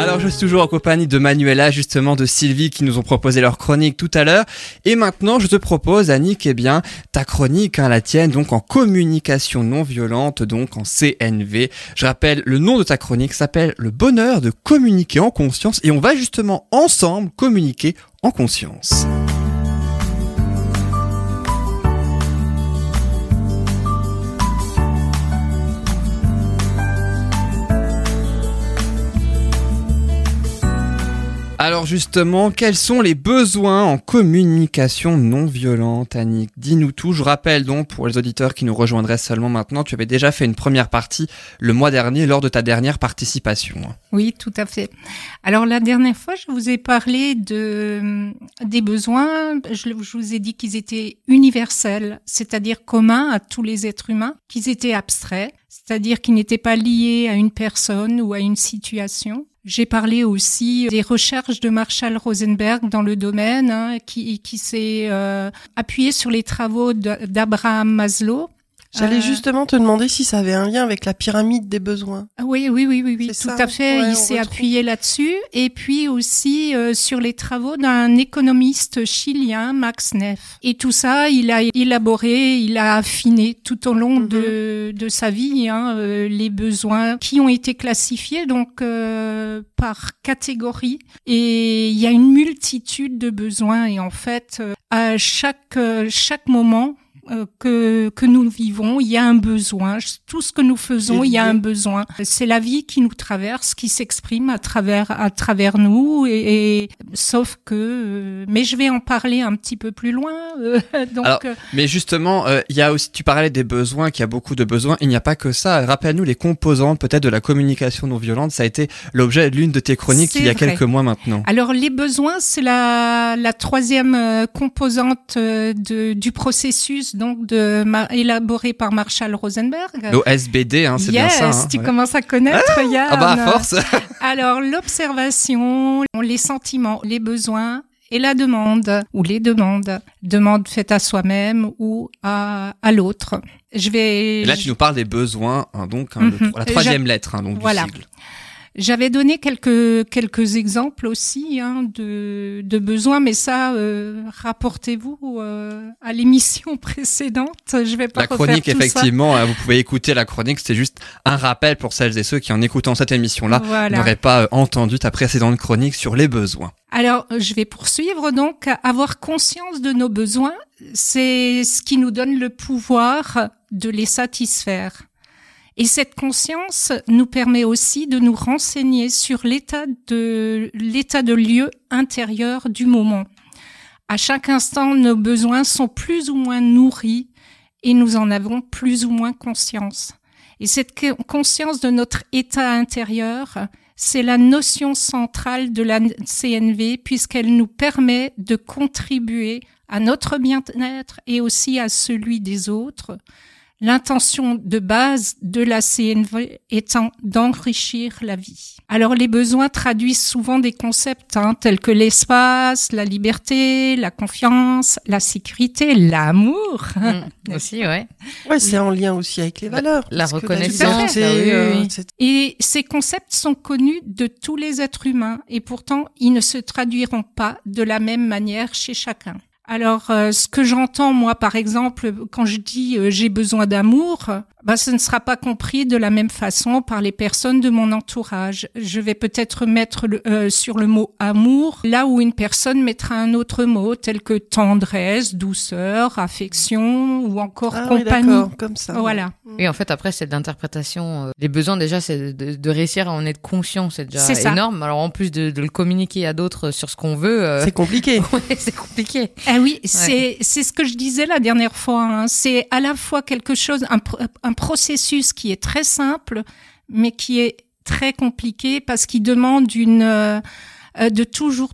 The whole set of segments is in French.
Alors je suis toujours en compagnie de Manuela, justement de Sylvie qui nous ont proposé leur chronique tout à l'heure. Et maintenant je te propose, Annick, ta chronique, la tienne, donc en communication non violente, donc en CNV. Je rappelle, le nom de ta chronique s'appelle Le bonheur de communiquer en conscience et on va justement ensemble communiquer en conscience. Alors justement, quels sont les besoins en communication non violente, Annick ? Dis-nous tout. Je rappelle donc, pour les auditeurs qui nous rejoindraient seulement maintenant, tu avais déjà fait une première partie le mois dernier lors de ta dernière participation. Oui, tout à fait. Alors la dernière fois, je vous ai parlé des besoins. Je vous ai dit qu'ils étaient universels, c'est-à-dire communs à tous les êtres humains, qu'ils étaient abstraits, c'est-à-dire qu'ils n'étaient pas liés à une personne ou à une situation. J'ai parlé aussi des recherches de Marshall Rosenberg dans le domaine, qui s'est appuyé sur les travaux d'Abraham Maslow. J'allais justement te demander si ça avait un lien avec la pyramide des besoins. Oui, tout à fait. Ouais, il s'est appuyé là-dessus. Et puis aussi sur les travaux d'un économiste chilien, Max Neff. Et tout ça, il a élaboré, il a affiné tout au long de sa vie les besoins qui ont été classifiés donc par catégorie. Et il y a une multitude de besoins. Et en fait, à chaque moment que nous vivons, il y a un besoin. Tout ce que nous faisons, il y a un besoin. C'est la vie qui nous traverse, qui s'exprime à travers nous. Et sauf que, mais je vais en parler un petit peu plus loin. Donc, alors, mais justement, il y a aussi, tu parlais des besoins, qu'il y a beaucoup de besoins. Il n'y a pas que ça. Rappelle-nous les composantes peut-être de la communication non violente. Ça a été l'objet de l'une de tes chroniques il y a quelques mois maintenant. Alors les besoins, c'est la troisième composante du processus donc élaboré par Marshall Rosenberg. L'OSBD, c'est bien ça. Tu commences à connaître, Yann. Ah bah à force. Alors l'observation, les sentiments, les besoins et la demande ou les demandes faites à soi-même ou à l'autre. Et là tu nous parles des besoins, la troisième lettre donc du sigle. J'avais donné quelques exemples aussi de besoins, mais ça, rapportez-vous à l'émission précédente. Je vais pas refaire chronique, tout effectivement, vous pouvez écouter la chronique. C'est juste un rappel pour celles et ceux qui, en écoutant cette émission-là, n'auraient pas entendu ta précédente chronique sur les besoins. Alors, je vais poursuivre. Donc, avoir conscience de nos besoins, c'est ce qui nous donne le pouvoir de les satisfaire. Et cette conscience nous permet aussi de nous renseigner sur l'état de lieu intérieur du moment. À chaque instant, nos besoins sont plus ou moins nourris et nous en avons plus ou moins conscience. Et cette conscience de notre état intérieur, c'est la notion centrale de la CNV puisqu'elle nous permet de contribuer à notre bien-être et aussi à celui des autres. L'intention de base de la CNV étant d'enrichir la vie. Alors les besoins traduisent souvent des concepts tels que l'espace, la liberté, la confiance, la sécurité, l'amour. Aussi, ouais. Ouais, c'est en lien aussi avec les valeurs. La reconnaissance. Et ces concepts sont connus de tous les êtres humains et pourtant ils ne se traduiront pas de la même manière chez chacun. Alors, ce que j'entends, moi, par exemple, quand je dis j'ai besoin d'amour, ce ne sera pas compris de la même façon par les personnes de mon entourage. Je vais peut-être mettre sur le mot amour, là où une personne mettra un autre mot, tel que tendresse, douceur, affection ou encore compagnie. Oui, d'accord, comme ça. Voilà. Et en fait, après, c'est de l'interprétation. Les besoins, déjà, c'est de réussir à en être conscient. C'est déjà énorme. Alors, en plus de le communiquer à d'autres sur ce qu'on veut. C'est compliqué. Ouais, c'est compliqué. Ah oui, c'est ce que je disais la dernière fois. C'est à la fois quelque chose, un processus qui est très simple, mais qui est très compliqué parce qu'il demande de toujours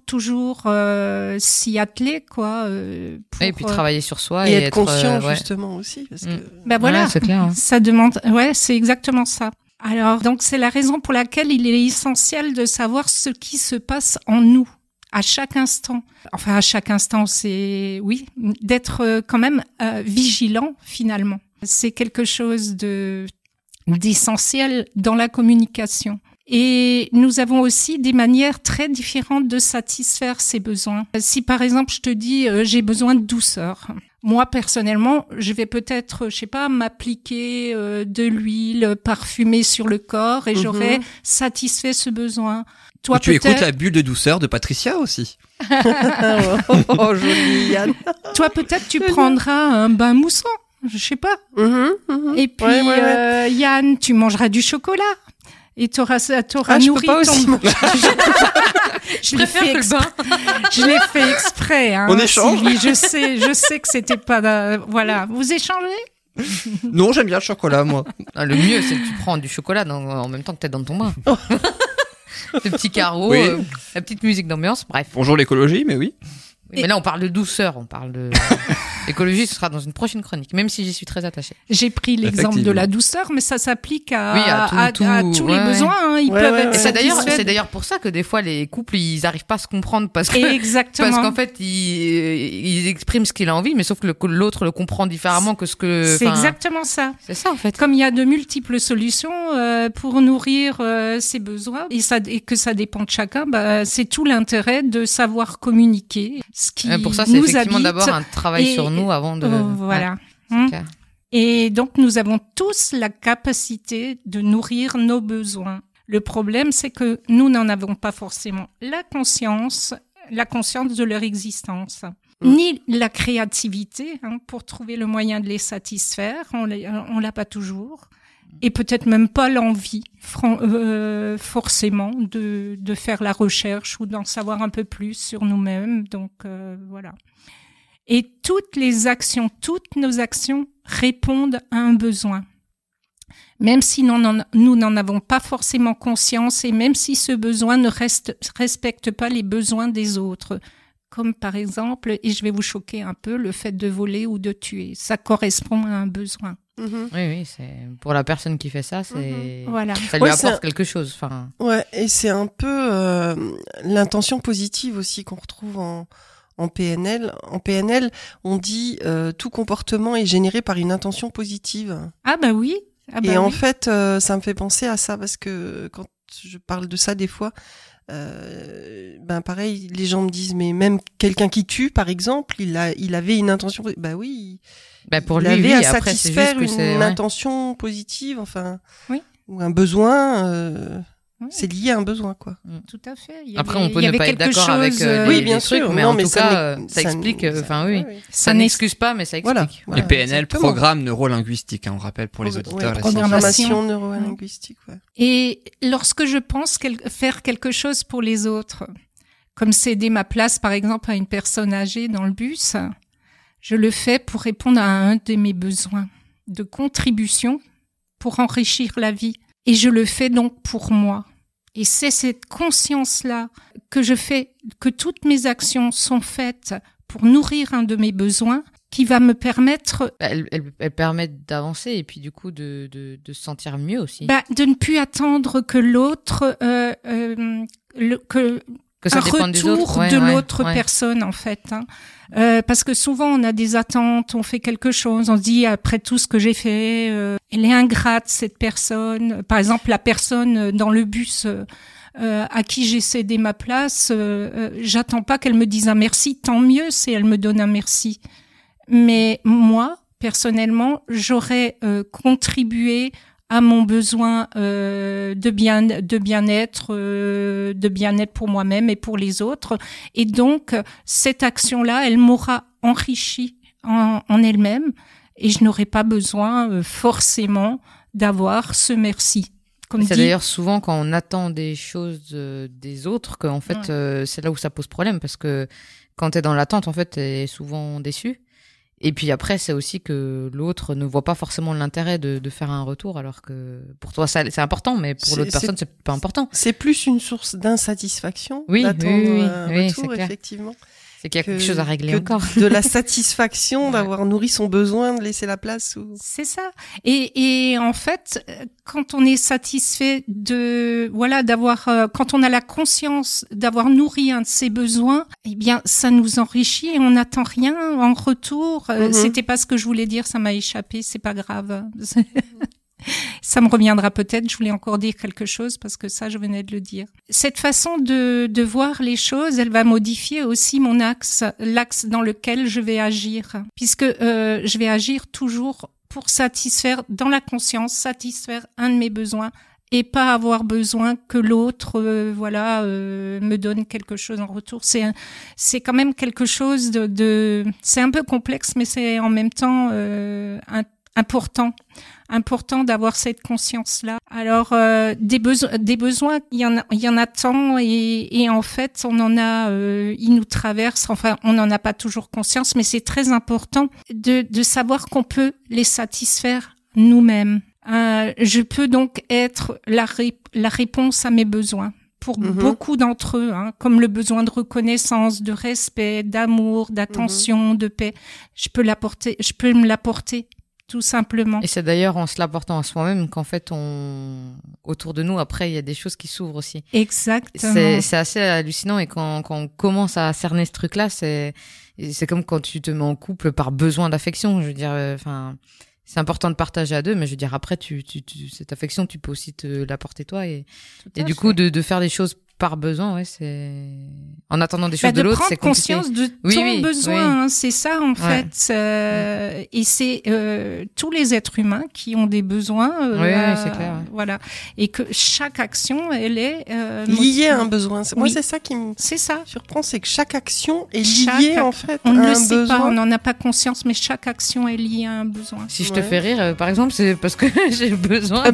s'y atteler, quoi. Et puis travailler sur soi et être conscient justement aussi, parce que. Voilà, c'est clair. Ça demande. Ouais, c'est exactement ça. Alors donc c'est la raison pour laquelle il est essentiel de savoir ce qui se passe en nous. À chaque instant. Enfin, à chaque instant, c'est, oui, d'être quand même vigilant, finalement. C'est quelque chose d'essentiel dans la communication. Et nous avons aussi des manières très différentes de satisfaire ces besoins. Si par exemple je te dis j'ai besoin de douceur, moi personnellement je vais peut-être, je sais pas, m'appliquer de l'huile parfumée sur le corps et j'aurai satisfait ce besoin. Toi, tu écoutes la bulle de douceur de Patricia aussi. Oh, joli Yann. Toi peut-être tu prendras un bain moussant, je sais pas. Et puis Yann, tu mangeras du chocolat. Et t'auras nourri ton... Je préfère le bain. Je l'ai fait exprès. Hein, on échange. Sylvie, je sais que c'était pas... Voilà. Vous échangez? Non, j'aime bien le chocolat, moi. Non, le mieux, c'est que tu prends du chocolat en même temps que t'es dans ton bain. Le petit carreau, oui. La petite musique d'ambiance, bref. Bonjour l'écologie, mais oui. Mais là, on parle de douceur, on parle de... L'écologie, ce sera dans une prochaine chronique, même si j'y suis très attachée. J'ai pris l'exemple de la douceur, mais ça s'applique à tous les besoins. Hein. Ils peuvent être satisfaits. C'est d'ailleurs pour ça que des fois, les couples, ils n'arrivent pas à se comprendre parce qu'en fait, ils expriment ce qu'il a envie, mais sauf que l'autre le comprend différemment que ce que... C'est exactement ça. C'est ça, en fait. Comme il y a de multiples solutions pour nourrir ses besoins et que ça dépend de chacun, c'est tout l'intérêt de savoir communiquer. Ce qui pour ça, c'est effectivement d'abord un travail sur nous avant de... voilà. Et donc, nous avons tous la capacité de nourrir nos besoins. Le problème, c'est que nous n'en avons pas forcément la conscience de leur existence, ni la créativité pour trouver le moyen de les satisfaire. On l'a pas toujours. Et peut-être même pas l'envie, forcément, de faire la recherche ou d'en savoir un peu plus sur nous-mêmes. Donc, voilà. Et toutes nos actions répondent à un besoin. Même si nous n'en avons pas forcément conscience et même si ce besoin ne respecte pas les besoins des autres. Comme par exemple, et je vais vous choquer un peu, le fait de voler ou de tuer. Ça correspond à un besoin. Oui, c'est pour la personne qui fait ça, c'est voilà. Ça lui apporte quelque chose. Enfin. Ouais, et c'est un peu l'intention positive aussi qu'on retrouve en PNL. En PNL, on dit tout comportement est généré par une intention positive. Ah bah oui. Et en fait, ça me fait penser à ça parce que quand je parle de ça des fois, pareil, les gens me disent mais même quelqu'un qui tue, par exemple, il avait une intention. Bah oui. Pour il lui, avait à après, satisfaire une intention positive, ou un besoin. C'est lié à un besoin, quoi. Tout à fait. Après, on peut ne pas être d'accord avec oui, bien sûr, mais en tout cas, ça explique. Ça n'excuse pas, mais ça explique. Les PNL, programmes neurolinguistiques, on rappelle pour les auditeurs. Programmation neurolinguistique. Et lorsque je pense faire quelque chose pour les autres, comme céder ma place, par exemple, à une personne âgée dans le bus, je le fais pour répondre à un de mes besoins de contribution pour enrichir la vie. Et je le fais donc pour moi. Et c'est cette conscience-là que je fais, que toutes mes actions sont faites pour nourrir un de mes besoins qui va me permettre... Elles permettent d'avancer et puis du coup de se sentir mieux aussi. De ne plus attendre que l'autre... que ça dépend des autres. de l'autre personne, en fait. Parce que souvent, on a des attentes, on fait quelque chose, on se dit, après tout ce que j'ai fait, elle est ingrate, cette personne. Par exemple, la personne dans le bus à qui j'ai cédé ma place, j'attends pas qu'elle me dise un merci, tant mieux si elle me donne un merci. Mais moi, personnellement, j'aurais contribué à mon besoin de bien-être pour moi-même et pour les autres. Et donc, cette action-là, elle m'aura enrichie en elle-même et je n'aurai pas besoin forcément d'avoir ce merci. C'est d'ailleurs souvent quand on attend des choses des autres qu'en fait, c'est là où ça pose problème parce que quand t'es dans l'attente, en fait, t'es souvent déçu. Et puis après, c'est aussi que l'autre ne voit pas forcément l'intérêt de faire un retour, alors que pour toi, c'est important, mais pour l'autre personne, c'est pas important. C'est plus une source d'insatisfaction d'attendre un retour, effectivement. C'est qu'il y a quelque chose à régler encore. De la satisfaction d'avoir nourri son besoin, de laisser la place. C'est ça. Et en fait, quand on est satisfait quand on a la conscience d'avoir nourri un de ses besoins, eh bien, ça nous enrichit et on n'attend rien en retour. C'était pas ce que je voulais dire, ça m'a échappé, c'est pas grave. Ça me reviendra peut-être, je voulais encore dire quelque chose parce que ça, je venais de le dire. Cette façon de voir les choses, elle va modifier aussi mon l'axe dans lequel je vais agir. Puisque je vais agir toujours pour satisfaire, dans la conscience, satisfaire un de mes besoins et pas avoir besoin que l'autre me donne quelque chose en retour. C'est quand même quelque chose c'est un peu complexe, mais c'est en même temps important d'avoir cette conscience-là. Alors des besoins, il y en a tant et en fait on en a, ils nous traversent. Enfin, on n'en a pas toujours conscience, mais c'est très important de savoir qu'on peut les satisfaire nous-mêmes. Je peux donc être la réponse à mes besoins. Pour beaucoup d'entre eux, comme le besoin de reconnaissance, de respect, d'amour, d'attention, de paix, je peux me l'apporter. Tout simplement. Et c'est d'ailleurs en se l'apportant à soi-même qu'en fait, autour de nous, après, il y a des choses qui s'ouvrent aussi. Exactement. C'est assez hallucinant et quand on commence à cerner ce truc-là, c'est comme quand tu te mets en couple par besoin d'affection. Je veux dire, c'est important de partager à deux, mais je veux dire, après, cette affection, tu peux aussi te l'apporter toi et du coup, de faire des choses par besoin, ouais, c'est en attendant des choses de l'autre, c'est compliqué. De prendre conscience de ton besoin, c'est ça en fait. Et c'est tous les êtres humains qui ont des besoins. C'est clair. Ouais. Voilà, et que chaque action, elle est liée à un besoin. Moi, c'est ça qui me surprend, c'est que chaque action est liée en fait à un besoin. On ne le sait pas, on n'en a pas conscience, mais chaque action est liée à un besoin. Si je te fais rire, par exemple, c'est parce que j'ai besoin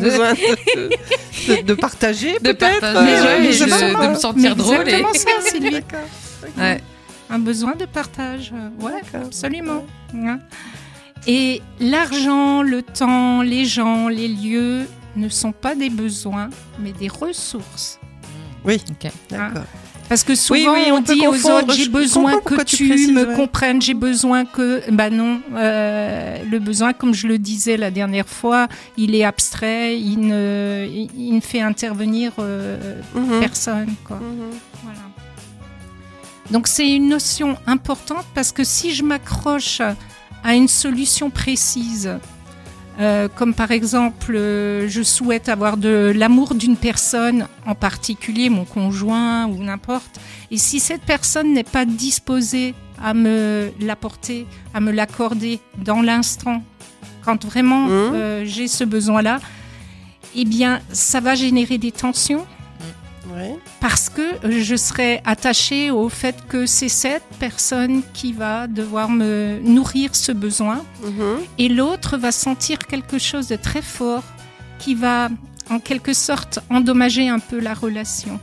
de partager, de partager. De me sentir drôle. Exactement ça, c'est lui. Ouais. Un besoin de partage. Ouais, absolument. Ouais. Et l'argent, le temps, les gens, les lieux ne sont pas des besoins, mais des ressources. Oui, d'accord. Parce que souvent, on dit aux autres, j'ai besoin que tu me comprennes, j'ai besoin que... non, le besoin, comme je le disais la dernière fois, il est abstrait, il ne fait intervenir personne, quoi. Voilà. Donc, c'est une notion importante parce que si je m'accroche à une solution précise, comme par exemple, je souhaite avoir de l'amour d'une personne, en particulier mon conjoint ou n'importe, et si cette personne n'est pas disposée à me l'apporter, à me l'accorder dans l'instant, quand vraiment j'ai ce besoin-là, eh bien, ça va générer des tensions. Parce que je serai attachée au fait que c'est cette personne qui va devoir me nourrir ce besoin et l'autre va sentir quelque chose de très fort qui va en quelque sorte endommager un peu la relation.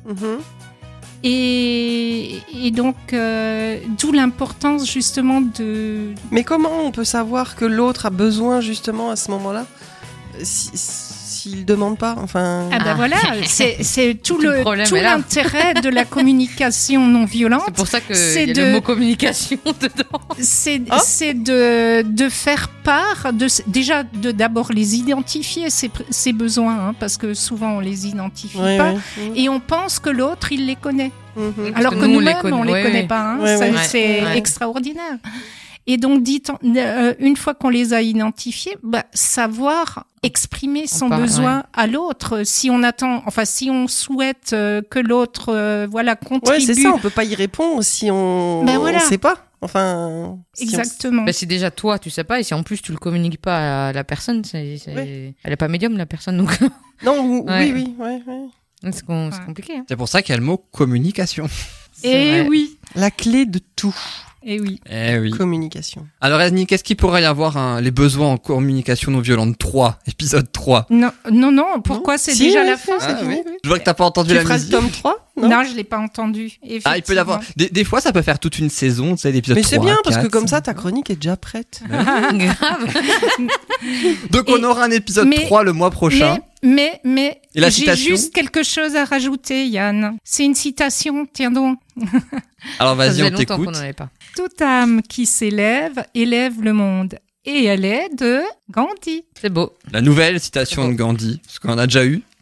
Et donc d'où l'importance justement de... Mais comment on peut savoir que l'autre a besoin justement à ce moment-là s'il demande pas, enfin. Voilà, c'est tout l'intérêt de la communication non violente. C'est pour ça que y a le mot communication dedans. C'est de faire part déjà d'abord les identifier ces besoins, parce que souvent on les identifie pas et on pense que l'autre il les connaît, alors que nous-mêmes on les connaît pas. C'est extraordinaire. Et donc, une fois qu'on les a identifiés, savoir exprimer son besoin à l'autre. Si on souhaite que l'autre, contribue. Ouais, c'est ça. On peut pas y répondre si on ne sait pas. Enfin. Exactement. Si déjà toi tu sais pas et si en plus tu le communiques pas à la personne, elle est pas médium la personne donc. Non. Oui. C'est compliqué. C'est pour ça qu'il y a le mot communication. Et oui. La clé de tout. Eh oui. Communication. Alors Annie, qu'est-ce qu'il pourrait y avoir les besoins en communication non violente 3, épisode 3? Non, pourquoi c'est déjà la fin? Je vois que t'as pas entendu la musique. Tu feras le tome 3? Non, je l'ai pas entendu. Il peut y avoir... Des fois, ça peut faire toute une saison, tu sais, d'épisode 3, mais c'est bien, 4, parce que comme ça, ta chronique est déjà prête. Grave. Donc on aura un épisode 3 le mois prochain. Mais j'ai juste quelque chose à rajouter, Yann. C'est une citation, tiens donc. Alors vas-y, on t'écoute. Qu'on en avait pas. Toute âme qui s'élève élève le monde. Et elle est de Gandhi. C'est beau. La nouvelle citation de Gandhi, parce qu'on en a déjà eu.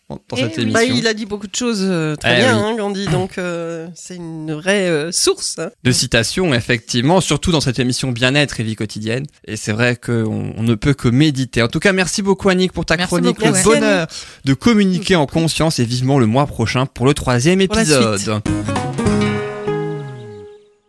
dans cette oui. émission. Bah, il a dit beaucoup de choses très bien, hein, Gandhi. Donc, c'est une vraie source. Hein. De citations, effectivement, surtout dans cette émission Bien-être et vie quotidienne. Et c'est vrai qu'on ne peut que méditer. En tout cas, merci beaucoup Annick pour ta chronique. Beaucoup, le bonheur de communiquer en conscience et vivement le mois prochain pour le 3e épisode.